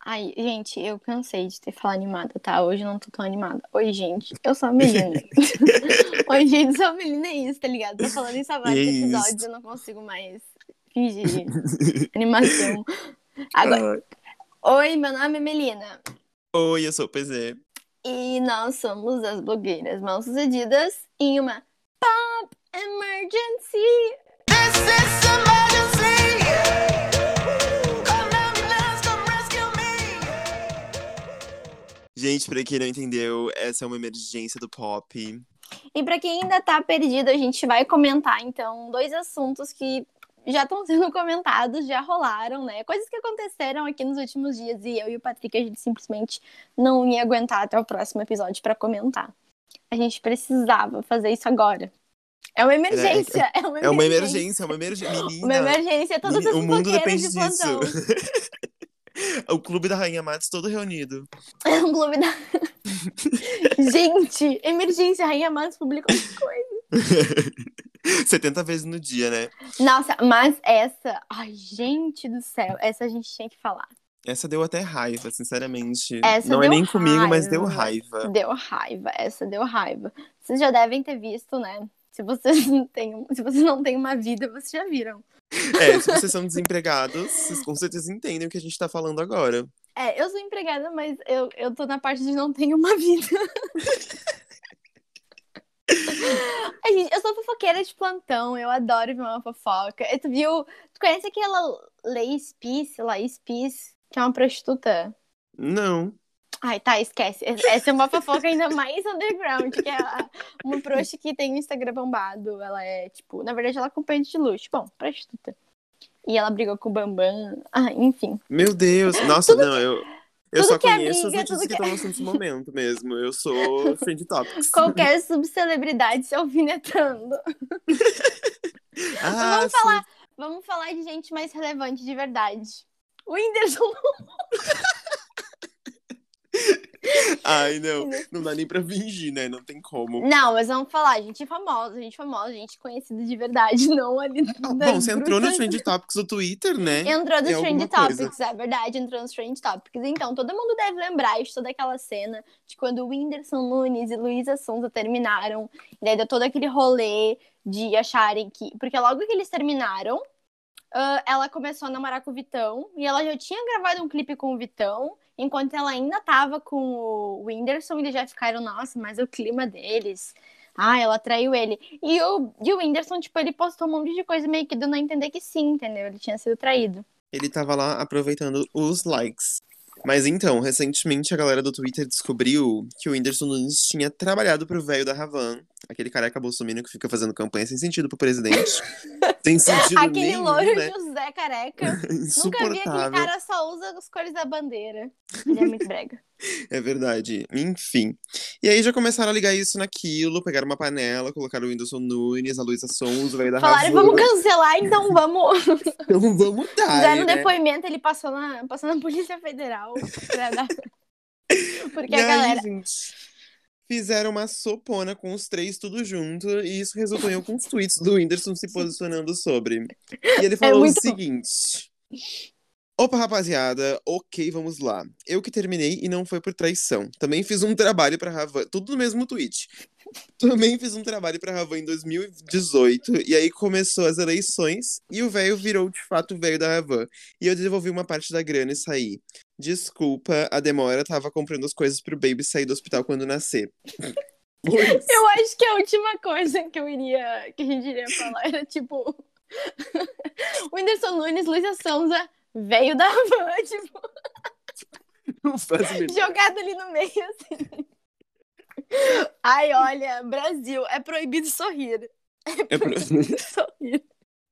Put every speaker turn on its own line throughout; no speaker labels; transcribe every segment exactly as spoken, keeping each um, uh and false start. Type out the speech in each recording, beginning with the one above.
Ai, gente, eu cansei de ter falado animada, tá? Hoje eu não tô tão animada. Oi, gente, eu sou a Melina. Oi, gente, eu sou a Melina, é isso, tá ligado? Tô falando isso há
E é
vários episódios,
isso.
eu não consigo mais fingir animação. Agora,
Ai.
oi, meu nome é Melina.
Oi, eu sou o P Z.
E nós somos as blogueiras mal-sucedidas em uma Pop Emergency.
This is emergency. Come ambulance, come rescue me. Gente, pra quem não entendeu, essa é uma emergência do pop.
E pra quem ainda tá perdido, a gente vai comentar, então, dois assuntos que já estão sendo comentados, já rolaram, né? Coisas que aconteceram aqui nos últimos dias e eu e o Patrick, a gente simplesmente não ia aguentar até o próximo episódio pra comentar. A gente precisava fazer isso agora. É uma
Era- é,
emergência, é uma
é uma
emergência.
emergência, é uma emergência.
Uma
Menina,
emergência, todas
meni-
as
o mundo
fofoqueiras
depende
de
disso.
plantão.
O clube da Rainha Matos todo reunido.
É um clube da... Gente, emergência, Rainha Matos publicou as coisas.
setenta vezes no dia, né?
Nossa, mas essa... Ai, gente do céu, essa a gente tinha que falar.
Essa deu até raiva, sinceramente.
Essa
Não é
deu
nem comigo, mas deu
raiva.
raiva.
Deu raiva, essa deu raiva. Vocês já devem ter visto, né? Se vocês não têm, se vocês não têm uma vida, vocês já viram.
É, se vocês são desempregados, vocês com certeza entendem o que a gente tá falando agora.
É, eu sou empregada, mas eu, eu tô na parte de não ter uma vida. Ai, gente, eu sou fofoqueira de plantão, eu adoro ver uma fofoca. E tu viu, tu conhece aquela Laís Peace, Laís Peace, que é uma prostituta?
Não.
Ai, tá, esquece. Essa é uma fofoca ainda mais underground, que é a- uma proxa que tem o Instagram bombado. Ela é, tipo, na verdade ela é acompanhante de luxo. Bom, prostituta. E ela brigou com o Bambam. Ah, enfim.
Meu Deus. Nossa, não, eu, eu
Tudo
só
que é
conheço as
briga,
notícias
tudo
que
que é...
estão lançando nesse momento mesmo. Eu sou Trend Topics.
Qualquer subcelebridade se alfinetando. Mas
Ah,
vamos
sim.
falar, vamos falar de gente mais relevante de verdade. O Whindersson.
Ai, não. Não dá nem pra fingir, né? Não tem como.
Não, mas vamos falar, gente famosa, gente famosa, gente conhecida de verdade, não ali
Ah,
das
bom, você entrou no
bruxas.
Trend Topics do Twitter, né?
Entrou
É
nos Trend
alguma coisa.
Topics, é verdade, entrou nos Trend Topics. Então, todo mundo deve lembrar de toda aquela cena de quando o Whindersson Nunes e Luísa Sonza terminaram. E daí deu todo aquele rolê de acharem que... Porque logo que eles terminaram, uh, ela começou a namorar com o Vitão. E ela já tinha gravado um clipe com o Vitão. Enquanto ela ainda tava com o Whindersson, eles já ficaram, nossa, mas o clima deles... Ah, ela traiu ele. E o, e o Whindersson, tipo, ele postou um monte de coisa meio que dando a entender que sim, entendeu? Ele tinha sido traído.
Ele tava lá aproveitando os likes. Mas então, recentemente a galera do Twitter descobriu que o Whindersson Nunes tinha trabalhado pro velho da Havan, aquele careca bolsominion que fica fazendo campanha sem sentido pro presidente. Sem sentido
Aquele
nenhum,
loiro
né?
José Careca. Nunca vi aquele
Insuportável.
cara só usa as cores da bandeira. Ele é muito brega.
É verdade. Enfim. E aí já começaram a ligar isso naquilo, pegaram uma panela, colocaram o Whindersson Nunes, a Luísa Sons, o velho da
Falaram,
Havan.
vamos cancelar, então vamos.
Então vamos dar,
Fizeram um
né?
depoimento, ele passou na, passou na Polícia Federal. Pra dar... Porque
E
a
aí,
galera...
gente, fizeram uma sopona com os três tudo junto, e isso resultou em alguns tweets do Whindersson se posicionando sobre. E ele
É
falou o
muito bom.
seguinte: Opa, rapaziada, ok, vamos lá. Eu que terminei e não foi por traição. Também fiz um trabalho pra Havan, tudo no mesmo tweet. Também fiz um trabalho pra Havan em dois mil e dezoito, e aí começou as eleições, e o velho virou de fato o velho da Havan. E eu devolvi uma parte da grana e saí. Desculpa, a demora, tava comprando as coisas pro baby sair do hospital quando nascer. Pois.
Eu acho que a última coisa que eu iria, que a gente iria falar era tipo... o Whindersson Nunes, Luísa Sonza, veio da van, tipo...
Não faz o menor.
jogado ali no meio, assim. Ai, olha, Brasil, é proibido sorrir. É
É pro-
proibido sorrir.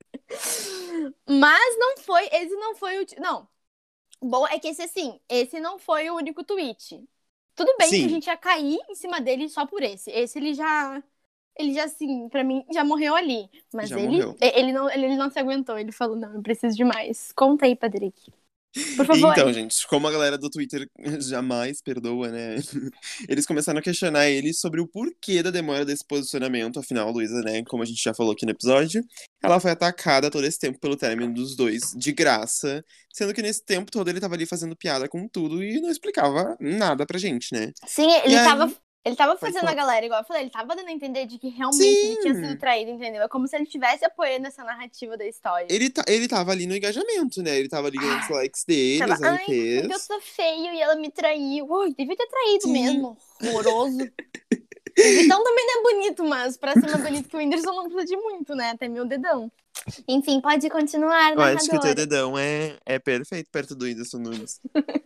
Mas não foi, esse não foi o... ti- Não, bom é que esse, assim, esse não foi o único tweet. Tudo bem que a
Sim,
gente ia cair em cima dele só por esse. Esse ele já... Ele já, assim, pra mim, já morreu ali. Mas
já
ele,
morreu.
ele, não, ele, ele não se aguentou. Ele falou, não, eu preciso de mais. Conta aí, Patrick. Por favor.
Então, gente, como a galera do Twitter jamais perdoa, né? Eles começaram a questionar ele sobre o porquê da demora desse posicionamento. Afinal, Luísa, né, como a gente já falou aqui no episódio, ela foi atacada todo esse tempo pelo término dos dois, de graça. Sendo que nesse tempo todo ele tava ali fazendo piada com tudo e não explicava nada pra gente, né?
Sim,
E
ele tava,
aí,
ele tava
pode
fazendo a
falar.
galera, igual eu falei, ele tava dando a entender de que realmente ele tinha sido
Sim!
traído, entendeu? É como se ele estivesse apoiando essa narrativa da história.
Ele, tá, ele tava ali no engajamento, né? Ele tava ali ganhando os
Ai,
likes dele,
tava,
os
ai, porque eu
R Ps.
sou feio e ela me traiu. Ui, devia ter traído
Sim.
mesmo, horroroso. O Vitão também não é bonito, mas pra ser mais bonito que o Whindersson não precisa de muito, né? Até meu dedão. Enfim, pode continuar,
Eu acho que o teu
narradora.
dedão é, é perfeito perto do Whindersson Nunes.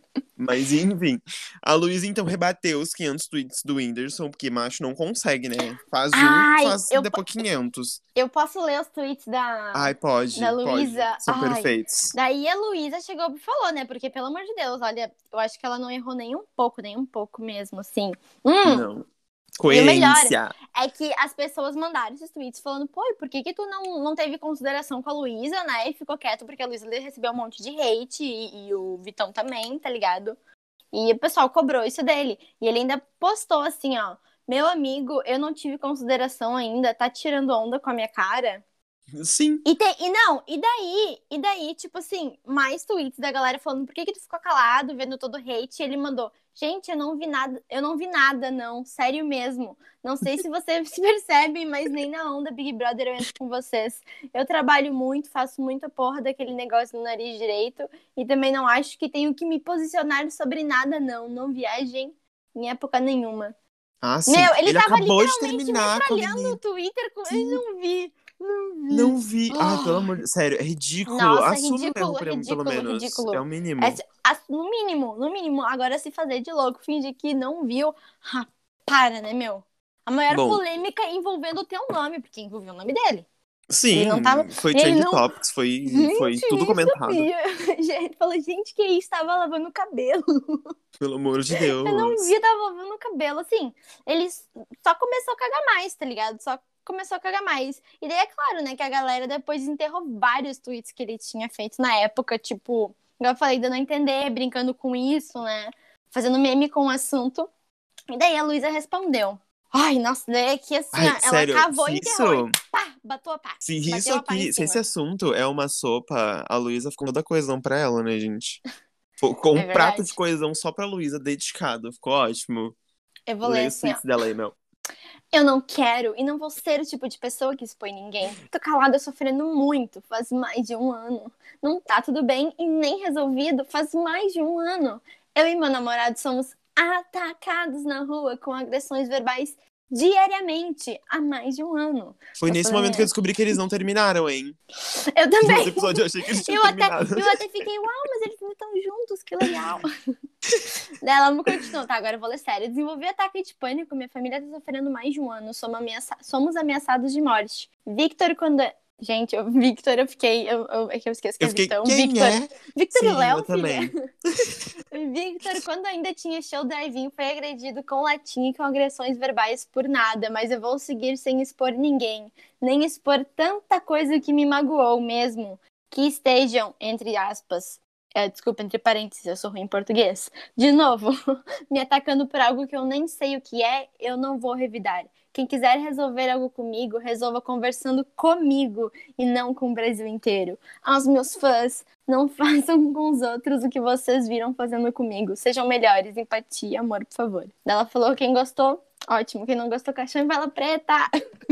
Mas enfim, a Luísa então rebateu os quinhentos tweets do Whindersson, porque macho não consegue, né? Faz um,
Ai,
faz
eu,
depois quinhentos.
eu posso ler os tweets da,
Ai,
da
pode, pode.
Luísa?
São
Ai,
perfeitos.
daí a Luísa chegou e falou, né? Porque, pelo amor de Deus, olha, eu acho que ela não errou nem um pouco, nem um pouco mesmo, assim. Hum,
Não.
e o melhor
Coerência.
é que as pessoas mandaram esses tweets falando, pô, e por que que tu não, não teve consideração com a Luísa, né? E ficou quieto porque a Luísa recebeu um monte de hate e, e o Vitão também, tá ligado? E o pessoal cobrou isso dele. E ele ainda postou assim, ó. Meu amigo, eu não tive consideração ainda, tá tirando onda com a minha cara.
Sim.
E, tem, e não, e daí, e daí, tipo assim, mais tweets da galera falando por que, que tu ficou calado, vendo todo hate, e ele mandou, gente, eu não vi nada, eu não vi nada, não, sério mesmo. Não sei se vocês se percebem, mas nem na onda Big Brother eu entro com vocês. Eu trabalho muito, faço muita porra daquele negócio no nariz direito, e também não acho que tenho que me posicionar sobre nada, não. Não viajem em época nenhuma.
Ah, sim.
Meu, ele
Ele
tava
acabou de
literalmente
terminar com a
metralhando o
menina.
Twitter, com... eu
Sim.
não vi, não vi.
Não vi. Ai, pelo
Oh.
amor de... Sério, é ridículo.
Nossa,
Assume o erro,
ridículo,
pelo pelo
ridículo,
menos. É
ridículo.
o
É,
mínimo.
no mínimo, no mínimo. Agora se fazer de louco, fingir que não viu. Ah, para, né, meu? A maior
Bom,
polêmica envolvendo o teu nome, porque envolveu o nome dele. Ele não tava.
sim, foi
Ele
Trend
não.
Topics, foi, foi
Gente,
tudo
nem
comentado.
sabia. Gente, falou, gente, que isso? Tava lavando o cabelo.
Pelo amor de
Eu não vi,
Deus.
tava lavando o cabelo. Assim, ele só começou a cagar mais, tá ligado? Só começou a cagar mais. E daí é claro, né, que a galera depois enterrou vários tweets que ele tinha feito na época, tipo, igual eu falei, dando a entender, brincando com isso, né? Fazendo meme com o assunto. E daí a Luísa respondeu. Ai, nossa, daí é que assim,
Ai,
ó, ela
sério,
cavou
se
e
isso,
enterrou. E pá, bateu a pá.
se isso
Bateu a pá em
aqui, se esse
cima.
assunto é uma sopa, a Luísa ficou toda coesão pra ela, né, gente? Com um
É
prato de
verdade.
coesão só pra Luísa, dedicado. Ficou ótimo.
Eu vou ler
Leia os
assim, ó.
tweets dela aí, meu.
Eu não quero e não vou ser o tipo de pessoa que expõe ninguém. Tô calada sofrendo muito, faz mais de um ano. Não tá tudo bem e nem resolvido, faz mais de um ano. Eu e meu namorado somos atacados na rua com agressões verbais diariamente há mais de um ano.
Foi
Posso
nesse
fazer
momento que eu
minha...
descobri que eles não terminaram, hein?
Eu
No outro
também.
episódio eu achei que eles tinham
Eu até,
terminado.
eu até fiquei, uau, mas eles ainda estão juntos, que legal. Daí ela me continuou, tá? Agora eu vou ler sério. Eu desenvolvi ataque de pânico, minha família tá sofrendo mais de um ano. Somos, ameaça... Somos ameaçados de morte. Victor, quando. Gente, eu, Victor, eu fiquei. Eu, eu, é que eu esqueço que
Eu
é
fiquei,
Vitão.
quem
Victor.
é?
Victor e
Sim, eu
Léo, filha.
também.
Victor, quando ainda tinha show drive-in, foi agredido com latinha e com agressões verbais por nada. Mas eu vou seguir sem expor ninguém. Nem expor tanta coisa que me magoou mesmo. Que estejam, entre aspas. É, desculpa, entre parênteses, eu sou ruim em português. De novo, me atacando por algo que eu nem sei o que é, eu não vou revidar. Quem quiser resolver algo comigo, resolva conversando comigo e não com o Brasil inteiro. Aos meus fãs, não façam com os outros o que vocês viram fazendo comigo. Sejam melhores, empatia, amor, por favor. Ela falou, quem gostou, ótimo. Quem não gostou, caixão e vela preta.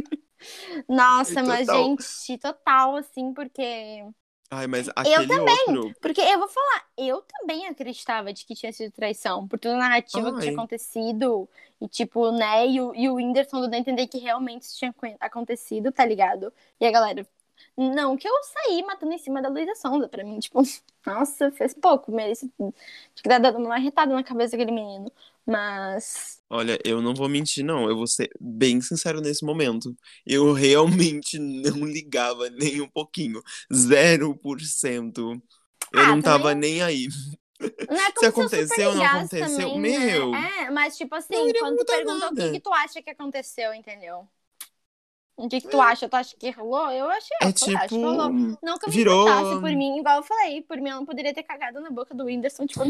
Nossa, mas
Total.
gente, total, assim, porque...
Ai, mas
Eu
aquele
também,
outro.
porque eu vou falar, eu também acreditava de que tinha sido traição, por toda a narrativa que tinha
Ai,
acontecido, e tipo, né, e o, e o Whindersson dando a entender que realmente isso tinha acontecido, tá ligado? E a galera, não que eu saí matando em cima da Luísa Sonza, pra mim, tipo, nossa, fez pouco, merece, tinha que dar dado uma retada na cabeça daquele menino, mas...
olha, eu não vou mentir, não. Eu vou ser bem sincero nesse momento. Eu realmente não ligava nem um pouquinho. Zero por cento. Eu
Ah,
não tava
também
nem aí.
não é
Se
como se eu super
aconteceu, não
ligasse
aconteceu.
também, né?
Meu,
É, mas tipo
não
assim,
iria
quando tu
mudar
pergunta o que que
nada.
tu acha que aconteceu, entendeu? O que que tu acha? Tu acha que rolou? Eu achei,
É
eu falei, acho
tipo.
que rolou. Não que eu me importasse
Virou.
por mim, igual eu falei. Por mim, ela não poderia ter cagado na boca do Whindersson, tipo...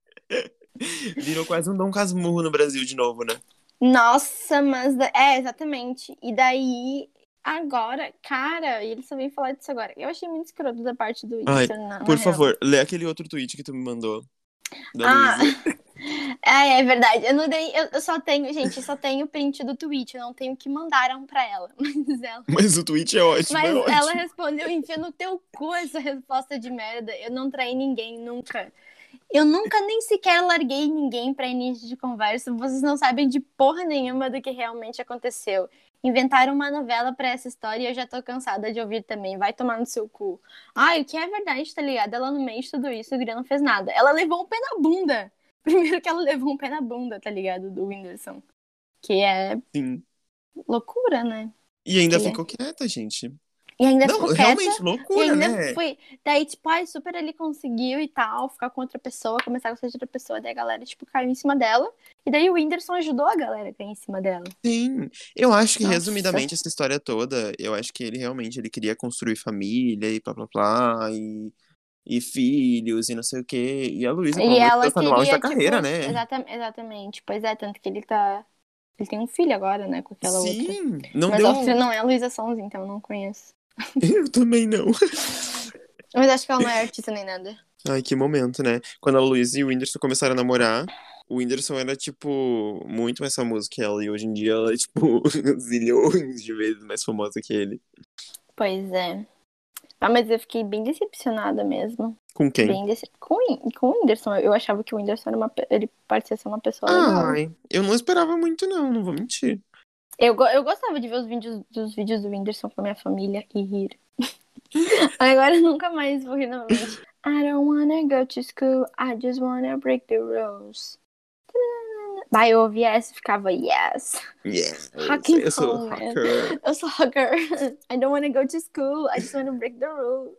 Virou quase um Dom Casmurro no Brasil de novo, né?
Nossa, mas... da- É, exatamente. E daí, agora, cara, e eles só vêm falar disso agora. Eu achei muito escroto da parte do
Ai,
Whindersson, na, na
por
real.
favor, lê aquele outro tweet que tu me mandou. Da
Ah,
Luísa.
é, é verdade. Eu não dei, eu, eu só tenho, gente, eu só tenho print do tweet, eu não tenho o que mandaram pra ela. Mas ela,
Mas o tweet é ótimo, é
mas ela
ótimo.
respondeu, enfia no teu cu essa resposta de merda. Eu não traí ninguém, nunca. Eu nunca nem sequer larguei ninguém pra início de conversa. Vocês não sabem de porra nenhuma do que realmente aconteceu. Inventaram uma novela pra essa história e eu já tô cansada de ouvir também. Vai tomar no seu cu. Ai, o que é verdade, tá ligado? Ela no meio de tudo isso, o Guria não fez nada. Ela levou um pé na bunda. Primeiro que ela levou um pé na bunda, tá ligado? Do Whindersson. Que é
Sim.
loucura, né?
E ainda
Ele é...
ficou quieta, gente.
E ainda
Não,
ficou quieta.
realmente,
E
loucura,
ainda
né?
foi. Daí, tipo, ai, super ele conseguiu e tal, ficar com outra pessoa, começar a gostar de outra pessoa. Daí a galera, tipo, caiu em cima dela. E daí o Whindersson ajudou a galera a cair em cima dela.
Sim. Eu acho que,
Nossa.
resumidamente, essa história toda, eu acho que ele realmente ele queria construir família e blá blá blá, e, e filhos e não sei o quê. E a Luísa, pelo
E
amor de
ela
Deus, tá no auge da
queria, tipo,
carreira, né?
exata- exatamente. Pois é, tanto que ele tá. Ele tem um filho agora, né, com aquela outra.
Sim, não
Mas a outra
deu.
não é a Luísa Sonza, então eu não conheço.
Eu também não.
Mas acho que ela não é artista nem nada.
Ai, que momento, né? Quando a Luísa e o Whindersson começaram a namorar, o Whindersson era, tipo, muito mais famoso que ela. E hoje em dia ela é, tipo, zilhões de vezes mais famosa que ele.
Pois é. Ah, mas eu fiquei bem decepcionada mesmo.
Com quem?
Bem decep... com, o Whin- com o Whindersson. Eu achava que o Whindersson era uma. pe- Ele parecia ser uma pessoa legal.
Ai, eu não esperava muito, não, não vou mentir.
Eu, go- eu gostava de ver os vídeos, dos vídeos do Whindersson com a minha família e rir. Agora eu nunca mais vou rir novamente. I don't wanna go to school, I just wanna break the rules. Vai, eu ouvia essa e ficava, yes.
Yes,
Rocking
eu sou
home, man.
hacker.
Eu sou hacker. I don't wanna go to school, I just wanna break the rules.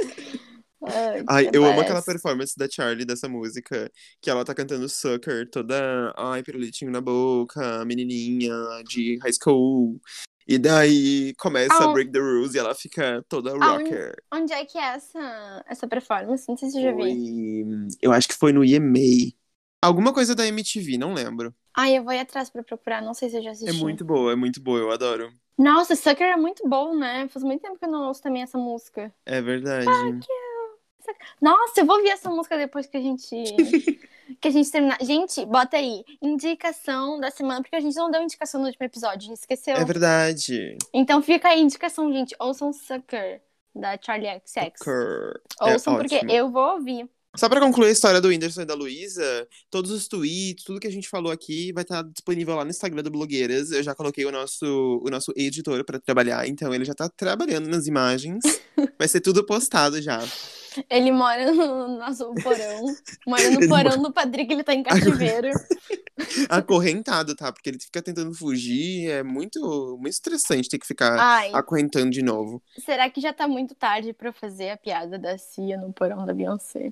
Ai,
Ai,
até
eu amo aquela
parece.
performance da Charlie dessa música, que ela tá cantando Sucker, toda, ai, pirulitinho na boca, menininha de high school. E daí começa a
Aon-
break the rules e ela fica toda
aon-
rocker.
Onde é que é essa, essa performance? Não sei se eu já vi.
Foi, eu acho que foi no E M A. Alguma coisa da M T V, não lembro.
Ai, eu vou ir atrás pra procurar, não sei se eu já
É
assisti.
muito boa, é muito boa, eu adoro.
Nossa, Sucker é muito bom, né? Faz muito tempo que eu não ouço também essa música.
É verdade.
Nossa, eu vou ouvir essa música depois que a gente que a gente terminar. Gente, bota aí, indicação da semana, porque a gente não deu indicação no último episódio, a gente esqueceu.
É verdade.
Então fica aí a indicação, gente. Ouçam Sucker, da Charlie X X.
Sucker. É
Ouçam porque
ótimo.
eu vou ouvir.
Só pra concluir a história do Whindersson e da Luísa, todos os tweets, tudo que a gente falou aqui vai estar disponível lá no Instagram do Blogueiras. Eu já coloquei o nosso, o nosso editor pra trabalhar, então ele já tá trabalhando nas imagens. Vai ser tudo postado já.
Ele mora no nosso porão. Mora no
Ele
porão
mora-
do Patrick, ele tá em cativeiro.
Acorrentado, tá? Porque ele fica tentando fugir, é muito, muito estressante ter que ficar
Ai,
acorrentando de novo.
será que já tá muito tarde pra eu fazer a piada da Cia no porão da Beyoncé?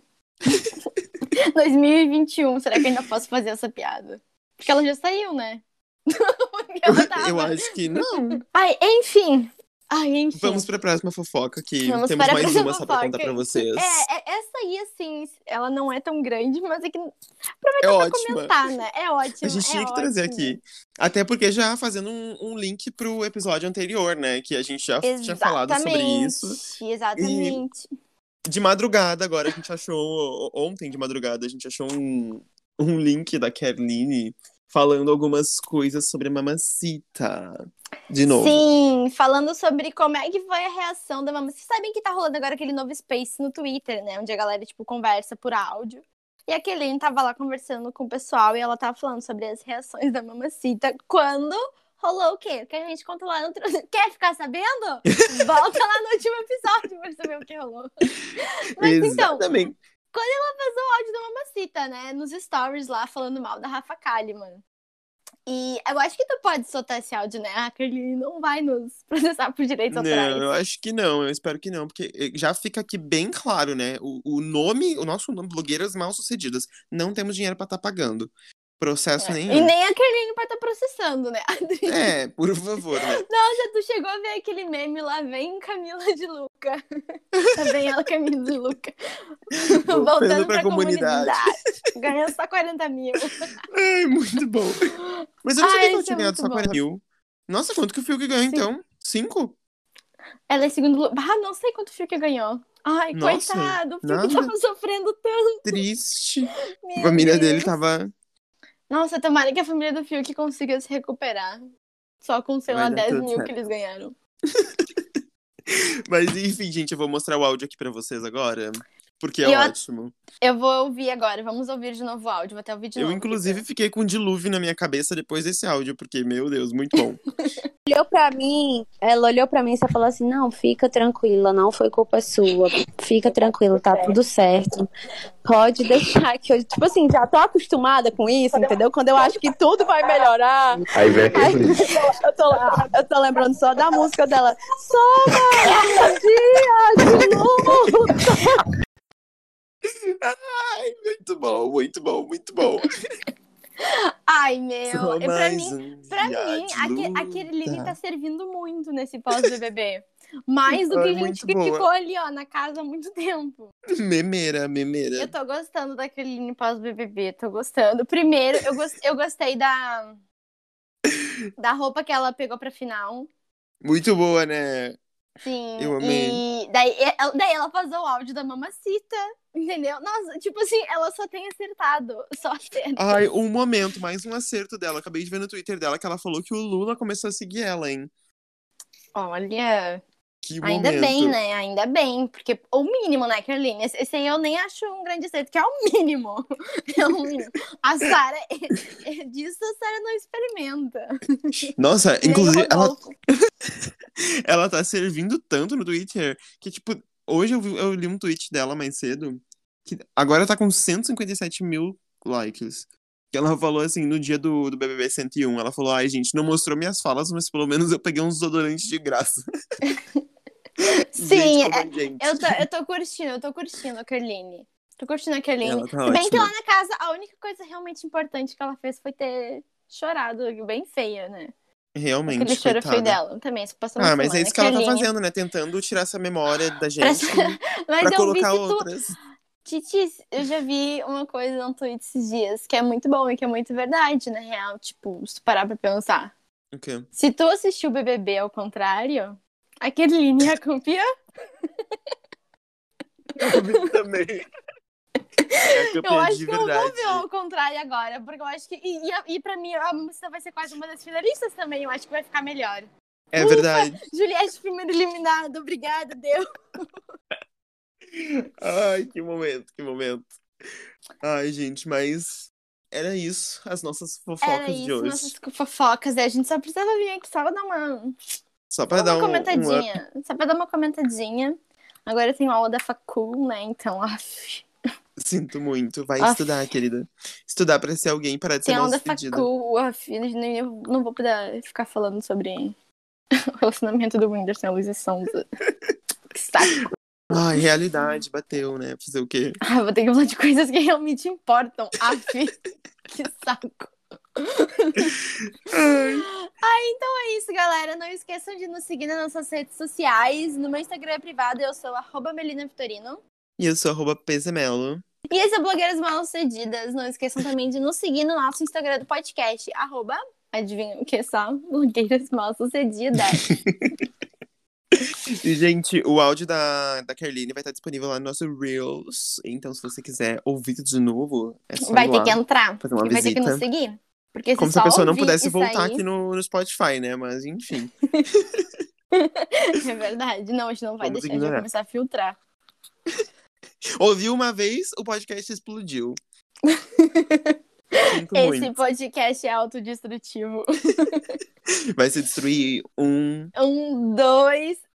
dois mil e vinte e um, será que eu ainda posso fazer essa piada? Porque ela já saiu, né? Porque ela tava.
Eu acho que não.
Ai, enfim. Ai, enfim.
Vamos pra próxima fofoca, que
Vamos
temos
para a
mais
próxima
uma só pra contar
fofoca.
pra vocês.
É, é, essa aí, assim, ela não é tão grande, mas é que
É
pra
ótima.
comentar, né? É ótimo.
A gente
é
tinha que trazer
ótimo.
aqui. Até porque já fazendo um, um link pro episódio anterior, né? Que a gente já tinha falado sobre isso.
Exatamente.
De madrugada, agora a gente achou. Ontem de madrugada, a gente achou um, um link da Kerline falando algumas coisas sobre a Mamacita. De novo.
Sim, falando sobre como é que foi a reação da Mamacita. Vocês sabem que tá rolando agora aquele novo Space no Twitter, né? Onde a galera, tipo, conversa por áudio. E a Kelly tava lá conversando com o pessoal e ela tava falando sobre as reações da Mamacita quando rolou o quê? Que a gente conta lá no... Quer ficar sabendo? Volta lá no último episódio pra saber o que rolou. Mas
Exatamente.
então, quando ela vazou o áudio da Mamacita, né? Nos stories lá, falando mal da Rafa Kalimann. E eu acho que tu pode soltar esse áudio, né? A Kelly não vai nos processar por direitos autorais.
Não, eu acho que não, eu espero que não, porque já fica aqui bem claro, né? O, o nome, o nosso nome, Blogueiras Mal Sucedidas. Não temos dinheiro pra estar pagando. Processo
É.
nenhum.
E nem a Kerline vai estar processando, né?
É, por favor, né?
Nossa, tu chegou a ver aquele meme lá, vem Camila de Luca. Lá vem ela, Camila de Luca.
Voltando
Voltando
pra
pra
comunidade.
comunidade. Ganhou só quarenta mil.
Ai, muito bom. Mas eu não
Ai,
sabia que ela
isso
tinha
é
ganhado
muito
só
bom.
quarenta mil. Nossa, quanto que o Fiuk ganhou,
Sim.
então? Cinco?
Ela é segundo lugar. Ah, não sei quanto o Fiuk ganhou. Ai,
Nossa,
coitado, o Fiuk
nada.
tava sofrendo tanto.
Triste. A
Meu
família dele
Deus.
tava...
Nossa, tomara que a família do Fiuk consiga se recuperar. Só com, sei
Vai
lá,
dar
dez
tudo
mil
certo.
que eles ganharam.
Mas enfim, gente, eu vou mostrar o áudio aqui pra vocês agora. Porque é
E eu,
ótimo.
eu vou ouvir agora. Vamos ouvir de novo o áudio. Vou até ouvir de
Eu,
novo.
inclusive,
aqui
fiquei com um dilúvio na minha cabeça depois desse áudio, porque, meu Deus, muito bom.
Olhou pra mim, ela olhou pra mim e só falou assim: não, fica tranquila, não foi culpa sua, fica tranquila, tá tudo certo. Pode deixar que eu, tipo assim, já tô acostumada com isso, entendeu? Quando eu acho que tudo vai melhorar.
Aí vem aquele.
Aí, eu, tô, lá- eu tô lembrando só da música dela. Só mais um dia de luta.
Ai, muito bom, muito bom, muito bom.
Ai, meu.
Só
E pra
mais
mim,
um
pra
dia
mim
de
a, Ke- a
luta.
Kerline tá servindo muito nesse pós-B B B. Mais do que
Ai,
a gente
muito
que
boa.
ficou ali, ó, na casa há muito tempo.
Memeira, memeira.
Eu tô gostando da Kerline pós-B B B, tô gostando. Primeiro, eu, gos- eu gostei da, da roupa que ela pegou pra final.
Muito boa, né?
Sim,
Eu amei.
e daí, e- daí ela vazou o áudio da Mamacita, entendeu? Nossa, tipo assim, ela só tem acertado, só acerta.
Ai, um momento, mais um acerto dela. Acabei de ver no Twitter dela que ela falou que o Lula começou a seguir ela, hein?
Olha,
Que
ainda
momento.
bem, né? Ainda bem, porque o mínimo, né, Caroline? Esse, esse aí eu nem acho um grande acerto, que é o mínimo. É o mínimo. A Sara, é- é disso a Sara não experimenta.
Nossa,
Nem o
inclusive, ela,
Rodolfo.
ela tá servindo tanto no Twitter que, tipo, hoje eu, vi- eu li um tweet dela mais cedo que agora tá com cento e cinquenta e sete mil likes. Que ela falou assim, no dia do, do B B B cento e um, ela falou, ai, gente, não mostrou minhas falas, mas pelo menos eu peguei uns desodorantes de graça.
Sim,
gente, como
é-
é gente.
eu tô, eu tô curtindo, eu tô curtindo a Caroline. Tô curtindo a Caroline.
Ela tá
Se bem que
ótima.
lá na casa, a única coisa realmente importante que ela fez foi ter chorado, bem feia, né?
Realmente,
Aquele choro
coitada.
feio dela. Também, se passou uma
Ah, mas é
semana.
isso que ela tá
Caroline.
fazendo, né? Tentando tirar essa memória da
Pra-
gente
Mas
pra
eu vi
colocar
que tu,
outras.
Titi, eu já vi uma coisa no Twitter esses dias que é muito bom e que é muito verdade, na real. Tipo, se tu parar pra pensar.
O quê?
Se tu assistiu o B B B ao contrário, a Kerline é a campeã.
Eu vi também. É a
Eu
campeã
acho
de
que eu vou
verdade.
ver ao contrário agora, porque eu acho que. E, e, e pra mim, a música vai ser quase uma das finalistas também. Eu acho que vai ficar melhor.
É
Ufa!
verdade.
Juliette, primeiro eliminada. Obrigada, Deus.
Ai, que momento, que momento. Ai, gente, mas era isso, as nossas
Era
fofocas de
isso,
hoje.
nossas fofocas. Né? A gente só precisava vir aqui só pra dar uma.
Só
Só
pra dar
uma
um, um up.
comentadinha. Só pra dar uma comentadinha. Agora tem aula da facul, né? Então, af.
Sinto muito. Vai
Aff.
estudar, querida. Estudar pra ser alguém, parar de ser
Tem
mal
aula da
sucedida.
facul, af. Eu não vou poder ficar falando sobre o relacionamento do Whindersson e a Luísa Sonza. Que saco.
Ai, realidade, bateu, né? Fazer o quê?
Ah, vou ter que falar de coisas que realmente importam. Af. Que saco.
Ai.
Ah, então é isso, galera. Não esqueçam de nos seguir nas nossas redes sociais. No meu Instagram é privado, eu sou arroba Melina Vitorino.
E eu sou arroba Pezemelo.
E esse é Blogueiras Mal Sucedidas. Não esqueçam também de nos seguir no nosso Instagram do podcast, arroba, adivinha o que só? Blogueiras Mal Sucedidas.
E, gente, o áudio da, da Carline vai estar disponível lá no nosso Reels. Então, se você quiser ouvir de novo, é só
Vai
ir
ter
lá,
que entrar
fazer uma
e vai ter que
visita.
nos seguir. Porque
Como
se
se a
só
pessoa não
ouvir
pudesse
e
voltar
sair...
aqui no, no Spotify, né? Mas, enfim.
É verdade. Não, a gente não vai
Vamos
deixar, a gente vai
ignorar.
começar a filtrar.
Ouviu uma vez, o podcast explodiu. Sinto
Esse
muito.
podcast é autodestrutivo.
Vai se destruir um...
Um, dois...